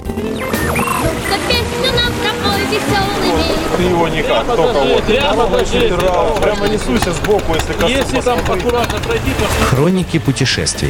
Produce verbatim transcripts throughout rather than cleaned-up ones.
Ну-ка, песню нам пропой веселыми. Ты его никак, только вот. Прямо по Прямо несуйся сбоку, если коснусь. Если там аккуратно пройти, то... Хроники путешествий.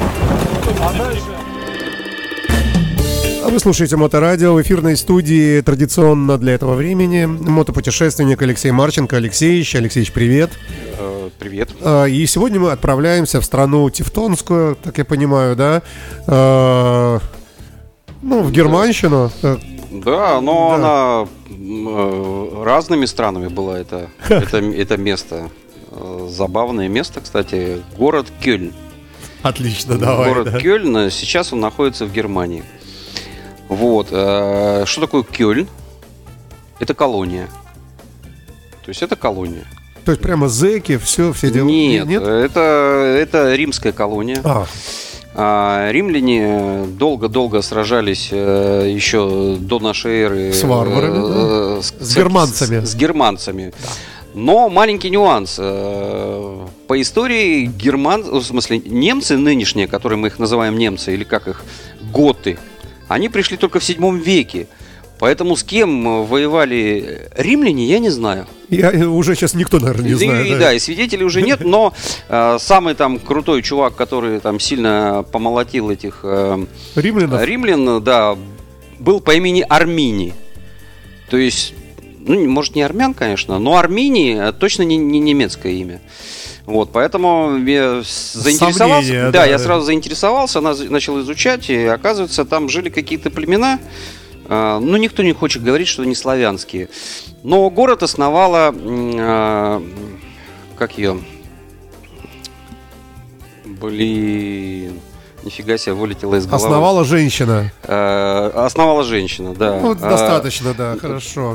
А вы слушаете Моторадио. В эфирной студии традиционно для этого времени мотопутешественник Алексей Марченко. Алексеевич, Алексеевич, привет. Привет. И сегодня мы отправляемся в страну Тевтонскую, так я понимаю, да? Ну, в Германщину. Да, но да. Она разными странами была, это, это, это место. Забавное место, кстати, город Кёльн. Отлично, давай. Город да. Кёльн, сейчас он находится в Германии. Вот. Что такое Кёльн? Это колония. То есть это колония. То есть прямо зэки, все, все дела? Нет, Нет? Это, это римская колония. А. А, римляне долго-долго сражались э, еще до нашей эры с варварами, э, да? с, с германцами. С, с германцами. Да. Но маленький нюанс. Э, по истории герман, в смысле немцы нынешние, которые мы их называем немцы, или как их, готы, они пришли только в седьмом веке. Поэтому с кем воевали римляне, я не знаю. Я уже сейчас никто, наверное, не и, знает. И, да. да, и свидетелей уже нет, но э, самый там крутой чувак, который там сильно помолотил этих э, римлян, да, был по имени Арминий. То есть, ну, может, не армян, конечно, но Арминий точно не, не немецкое имя. Вот, поэтому я заинтересовался. Сомнения, да, да, я да. сразу заинтересовался, начал изучать, и оказывается, там жили какие-то племена. Ну, никто не хочет говорить, что они славянские. Но город основала, э, как ее, блин, нифига себе, вылетела из головы. Основала женщина. Э, основала женщина, да. Ну, достаточно, да, хорошо.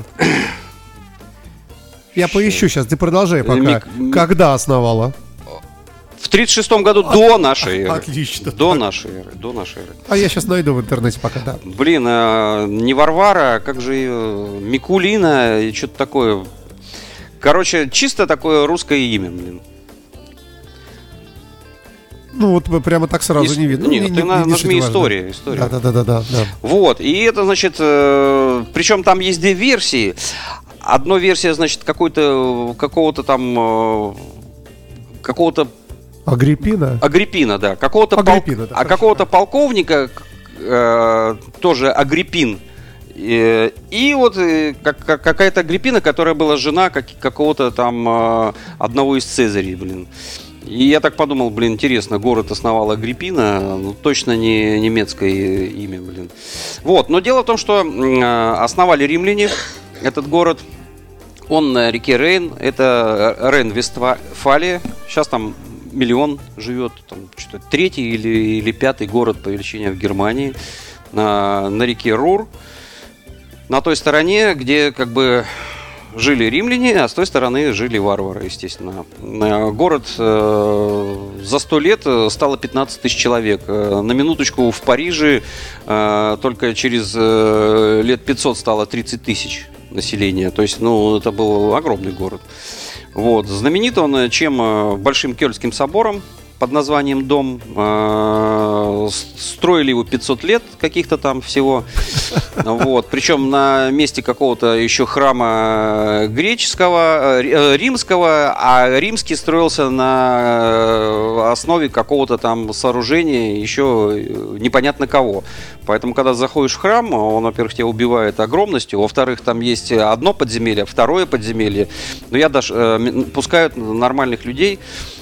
Я поищу сейчас, ты продолжай пока. Мик... Когда основала? В тридцать шестом году а, до нашей эры. Отлично. До так. нашей эры, до нашей эры. А я сейчас найду в интернете пока, да. Блин, а, не Варвара, как же ее, Микулина и что-то такое. Короче, чисто такое русское имя, блин. Ну вот прямо так сразу Ис... не видно. Нет, не, ты не, на, не нажми история, история. Да, да, да, да, да, да. Вот, и это, значит, э, причем там есть две версии. Одна версия, значит, какой-то, какого-то там, э, какого-то Агриппина? Агриппина, да. Какого-то, Агриппина, пол... да, а какого-то полковника, э, тоже Агриппин. И, и вот э, как, как, какая-то Агриппина, которая была жена как, какого-то там э, одного из Цезарей, блин. И я так подумал, блин, интересно, город основал Агриппина, ну, точно не немецкое имя, блин. Вот, но дело в том, что э, основали римляне этот город. Он на реке Рейн, это Рейн-Вестфалия. Сейчас там миллион живет, там что-то третий или, или пятый город по величине в Германии, на, на реке Рур, на той стороне, где как бы жили римляне, а с той стороны жили варвары, естественно. Город э, за сто лет стало пятнадцать тысяч человек. На минуточку в Париже э, только через э, лет пятьсот стало тридцать тысяч населения. То есть, ну, это был огромный город. Вот. Знаменит он чем? Большим Кёльнским собором под названием Дом. Строили его пятьсот лет каких-то там всего. Вот. Причем на месте какого-то еще храма греческого, римского, а римский строился на основе какого-то там сооружения еще непонятно кого. Поэтому, когда заходишь в храм, он, во-первых, тебя убивает огромностью, во-вторых, там есть одно подземелье, второе подземелье. Но я даже пускают нормальных людей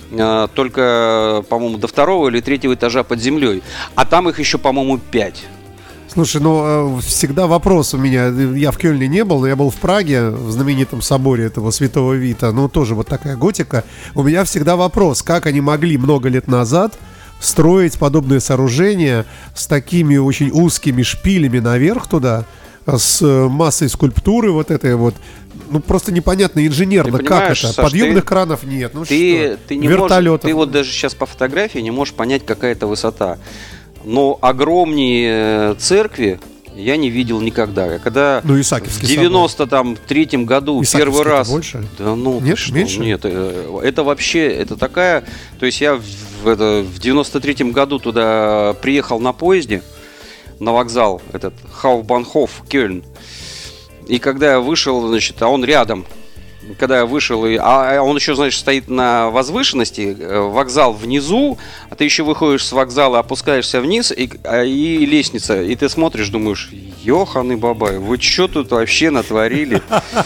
только, по-моему, до второго или третьего этажа под землей. А там их еще, по-моему, пять. Слушай, ну всегда вопрос у меня. Я в Кёльне не был, но я был в Праге, в знаменитом соборе этого Святого Вита. Ну, тоже вот такая готика. У меня всегда вопрос, как они могли много лет назад строить подобные сооружения с такими очень узкими шпилями наверх туда, с массой скульптуры вот этой вот. Ну, просто непонятно инженерно, как это. Саш, подъемных ты, кранов нет. Ну ты, что? Ты не Вертолетов. Можешь, ты вот даже сейчас по фотографии не можешь понять, какая это высота. Но огромнее церкви я не видел никогда. Когда ну, Исаакиевский в девяносто третьем году первый раз... больше? Да ну, нет, что? меньше? Нет, это вообще, это такая... То есть я в, это, в девяносто третьем году туда приехал на поезде. на вокзал, этот Хауфбанхоф, Кёльн. И когда я вышел, значит, а он рядом. Когда я вышел, и, а он еще, значит, стоит на возвышенности, вокзал внизу, а ты еще выходишь с вокзала, опускаешься вниз, и, и лестница, и ты смотришь, думаешь, ёханый бабай, вы что тут вообще натворили?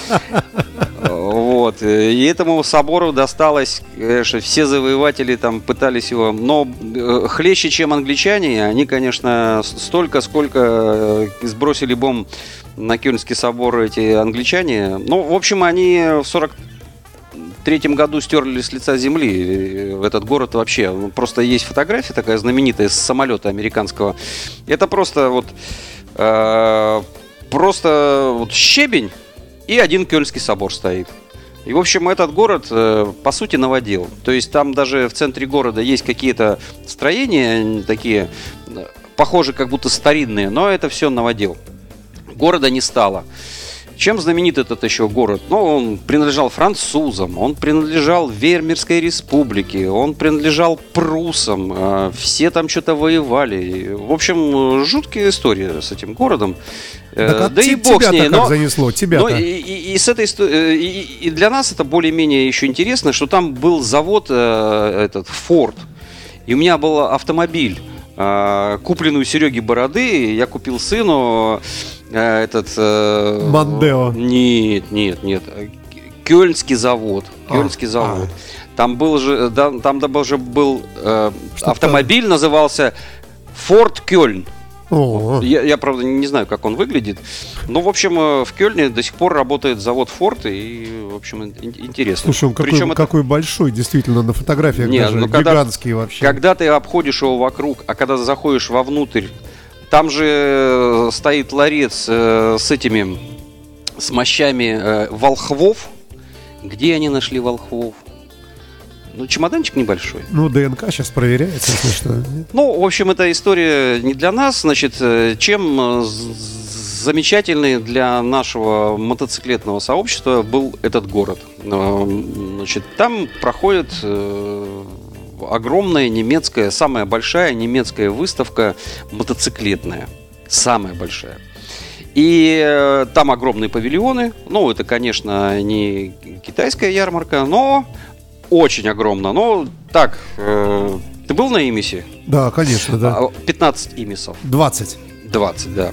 Вот. И этому собору досталось, конечно, все завоеватели там пытались его, но хлеще, чем англичане, они, конечно, столько, сколько сбросили бомб на Кёльнский собор эти англичане. Ну, в общем, они в сорок третьем году стерли с лица земли этот город вообще. Просто есть фотография такая знаменитая с самолета американского. Это просто вот э, просто вот щебень и один Кёльнский собор стоит. И, в общем, этот город, э, по сути, новодел. То есть там даже в центре города есть какие-то строения такие, похожие как будто старинные, но это все новодел. Города не стало. Чем знаменит этот еще город? Ну, он принадлежал французам, он принадлежал Веймарской республике, он принадлежал пруссам, все там что-то воевали. В общем, жуткая история с этим городом. Так, а да ти- и бог с тебя-то ней. как Но, занесло? Тебя-то? но и, и- и с этой исто- и, и для нас это более-менее еще интересно, что там был завод э, этот Ford, и у меня был автомобиль, э, купленный у Сереги Бороды, я купил сыну э, этот... Э, Мандео. Нет, нет, нет. Кёльнский завод. Кёльнский А, завод. Там был же, да, там даже был э, Что-то- автомобиль, назывался Ford Кёльн. О, Я, я, правда, не знаю, как он выглядит. Но, в общем, э, в Кёльне до сих пор работает завод Ford. И, в общем, ин- интересно. слушай, он какой, Причем это- какой большой, действительно, на фотографиях Не, даже ну, когда- гигантский вообще. Когда ты обходишь его вокруг, а когда заходишь вовнутрь, там же э, стоит ларец э, с этими, с мощами э, волхвов. Где они нашли волхвов? Ну, чемоданчик небольшой. Ну, ДНК сейчас проверяется, если что. Ну, в общем, эта история не для нас. Значит, э, чем э, з- замечательный для нашего мотоциклетного сообщества был этот город. Э, Значит, там проходит э, огромная немецкая, самая большая немецкая выставка мотоциклетная. Самая большая. И э, там огромные павильоны. Ну, это, конечно, не китайская ярмарка, но очень огромно. Но так, э, ты был на Имисе? Да, конечно, да. А, пятнадцать имисов. двадцать. двадцать, да.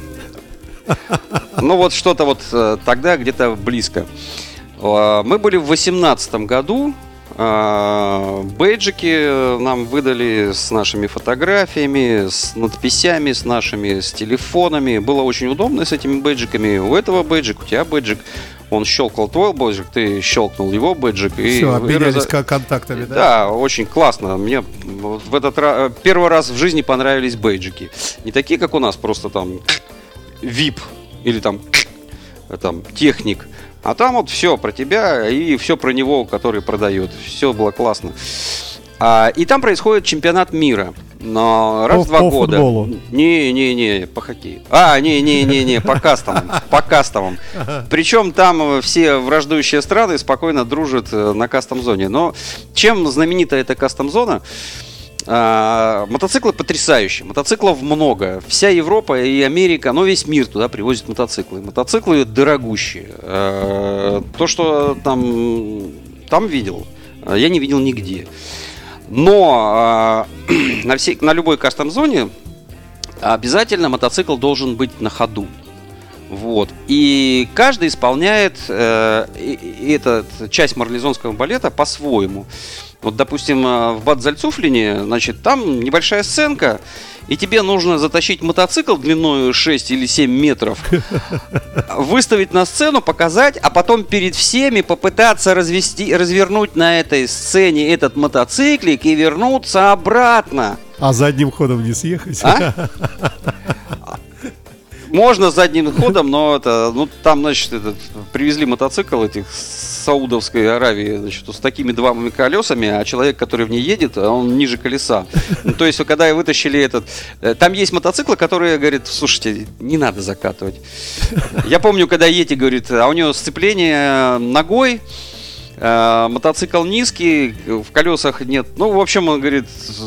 Ну вот что-то вот э, тогда где-то близко. Э, Мы были в восемнадцатом году. э, Бейджики нам выдали с нашими фотографиями, с надписями, с нашими, с телефонами. Было очень удобно с этими бейджиками. У этого бейджик, у тебя бейджик. Он щелкал твой бейджик, ты щелкнул его бейджик. И Все, обменялись раза- как контактами, да? Да, очень классно. Мне вот в этот раз, первый раз в жизни понравились бейджики. Не такие, как у нас, просто там вип или там, там техник. А там вот все про тебя и все про него, который продает. Все было классно. А, и там происходит чемпионат мира. Но раз По- в два по года. футболу. Не-не-не, по хоккею. А, не-не-не-не, по кастомам. По кастомам. Причем там все враждующие страны спокойно дружат э, на кастом-зоне. Но чем знаменита эта кастом-зона? А, мотоциклы потрясающие. Мотоциклов много. Вся Европа и Америка, ну весь мир туда привозят мотоциклы. Мотоциклы дорогущие. А, то, что там, там видел, я не видел нигде. Но э, на, всей, на любой кастом-зоне обязательно мотоцикл должен быть на ходу. Вот. И каждый исполняет э, и, и эту часть марлезонского балета по-своему. Вот, допустим, в Бад-Зальцуфлине, значит, там небольшая сценка, и тебе нужно затащить мотоцикл длиной шесть или семь метров, выставить на сцену, показать, а потом перед всеми попытаться развести, развернуть на этой сцене этот мотоциклик и вернуться обратно. А задним ходом не съехать? А? Можно задним ходом, но это, ну, там, значит, этот, привезли мотоцикл этих с Саудовской Аравии, значит, с такими двумя колесами, а человек, который в ней едет, он ниже колеса. Ну, то есть, когда и вытащили этот... Там есть мотоциклы, которые говорят, слушайте, не надо закатывать. Я помню, когда Йети говорит, а у него сцепление ногой, э, мотоцикл низкий, в колесах нет. Ну, в общем, он говорит...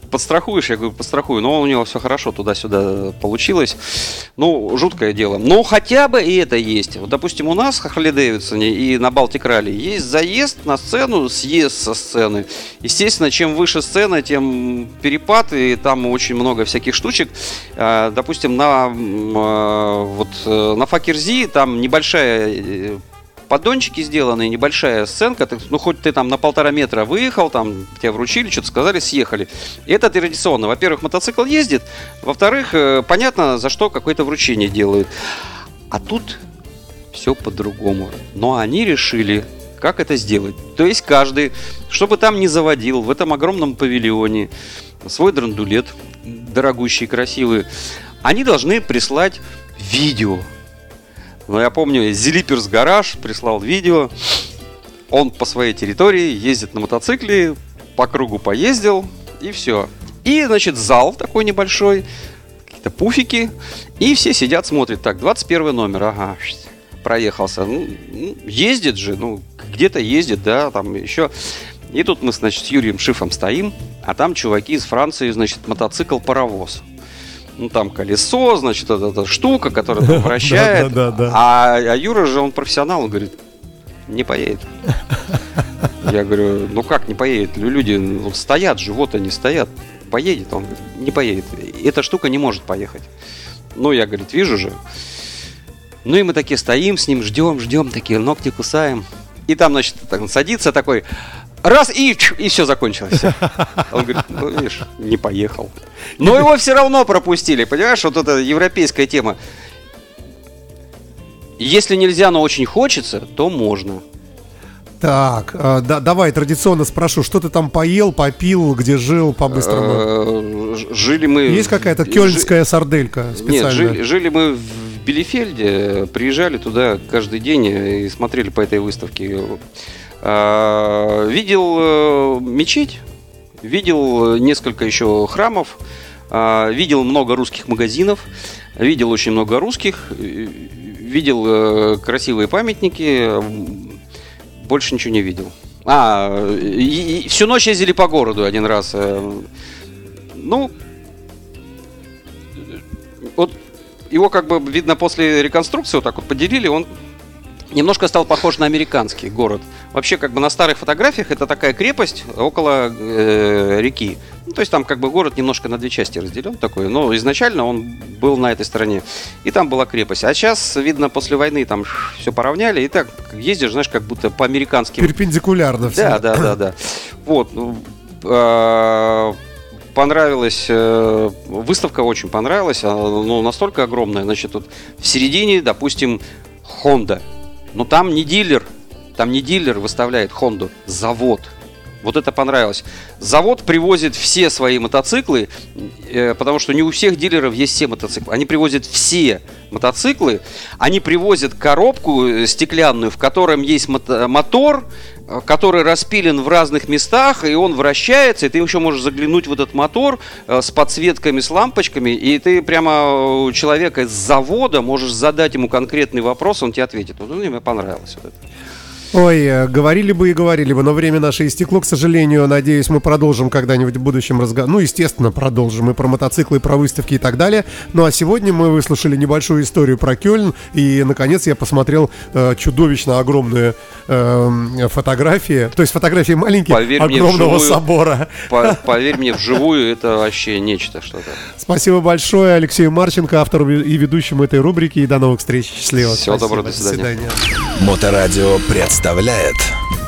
подстрахуешь? Я говорю, подстрахую. Но у него все хорошо, туда-сюда получилось. Ну, жуткое дело. Но хотя бы и это есть. Вот, допустим, у нас в Харли-Дэвидсоне и на Балтик-ралли есть заезд на сцену, съезд со сцены. Естественно, чем выше сцена, тем перепад, и там очень много всяких штучек. Допустим, на, вот, на Факерзи там небольшая... поддончики сделаны, небольшая сценка, ты, ну хоть ты там на полтора метра выехал, там тебя вручили, что-то сказали, съехали. И это традиционно. Во-первых, мотоцикл ездит, во-вторых, э, понятно, за что какое-то вручение делают. А тут все по-другому. Но они решили, как это сделать. То есть каждый, чтобы там не заводил в этом огромном павильоне свой драндулет, дорогущий, красивый, они должны прислать видео. Но я помню, Зилиперс Гараж прислал видео. Он по своей территории ездит на мотоцикле, по кругу поездил, и все. И, значит, зал такой небольшой, какие-то пуфики, и все сидят, смотрят. Так, двадцать первый номер, ага, проехался. Ну, ездит же, ну, где-то ездит, да, там еще. И тут мы, значит, с Юрием Шифом стоим, а там чуваки из Франции, значит, мотоцикл-паровоз. Ну, там колесо, значит, эта, эта штука, которая там вращает. Да, да, да, да. А, а Юра же, он профессионал, он говорит, не поедет. Я говорю, ну как не поедет? Люди вот стоят же, вот они стоят. Поедет? Он говорит, не поедет. Эта штука не может поехать. Ну, я, говорит, вижу же. Ну, и мы такие стоим с ним, ждем, ждем, такие ногти кусаем. И там, значит, так, садится такой... Раз, и, и все закончилось. Он говорит, ну, видишь, не поехал. Но его все равно пропустили, понимаешь? Вот эта европейская тема. Если нельзя, но очень хочется, то можно. Так, э, да, давай традиционно спрошу, что ты там поел, попил, где жил по-быстрому? Жили мы... Есть какая-то кёльнская сарделька специальная? Нет, жили, жили мы в Билефельде, приезжали туда каждый день и смотрели по этой выставке. Видел мечеть, видел несколько еще храмов, видел много русских магазинов, видел очень много русских, видел красивые памятники, больше ничего не видел. А, и, и всю ночь ездили по городу один раз. Ну, вот его как бы видно после реконструкции, вот так вот поделили, он немножко стал похож на американский город. Вообще, как бы на старых фотографиях это такая крепость около э, реки. Ну, то есть там как бы город немножко на две части разделен такой. Но изначально он был на этой стороне. И там была крепость. А сейчас, видно, после войны там все поравняли. И так ездишь, знаешь, как будто по американским. Перпендикулярно все. Да, да, да, да. Вот. Э, понравилась. Э, выставка очень понравилась. Ну, настолько огромная. Значит, вот в середине, допустим, Honda. Но там не дилер, там не дилер выставляет Хонду, завод. Вот это понравилось. Завод привозит все свои мотоциклы, э, потому что не у всех дилеров есть все мотоциклы. Они привозят все мотоциклы, они привозят коробку стеклянную, в котором есть мото- мотор, который распилен в разных местах, и он вращается, и ты еще можешь заглянуть в этот мотор э, с подсветками, с лампочками, и ты прямо у человека из завода можешь задать ему конкретный вопрос, он тебе ответит. Вот мне понравилось вот это. Ой, говорили бы и говорили бы, но время наше истекло, к сожалению. Надеюсь, мы продолжим когда-нибудь в будущем разговор. Ну, естественно, продолжим и про мотоциклы, и про выставки и так далее. Ну, а сегодня мы выслушали небольшую историю про Кёльн. И, наконец, я посмотрел э, чудовищно огромные э, фотографии. То есть фотографии маленькие, поверь огромного мне, вживую, собора. По, поверь мне, вживую это вообще нечто что-то. Спасибо большое Алексею Марченко, автору и ведущему этой рубрики. И до новых встреч. Счастливо. Всего доброго, до свидания. До свидания. Моторадио представляет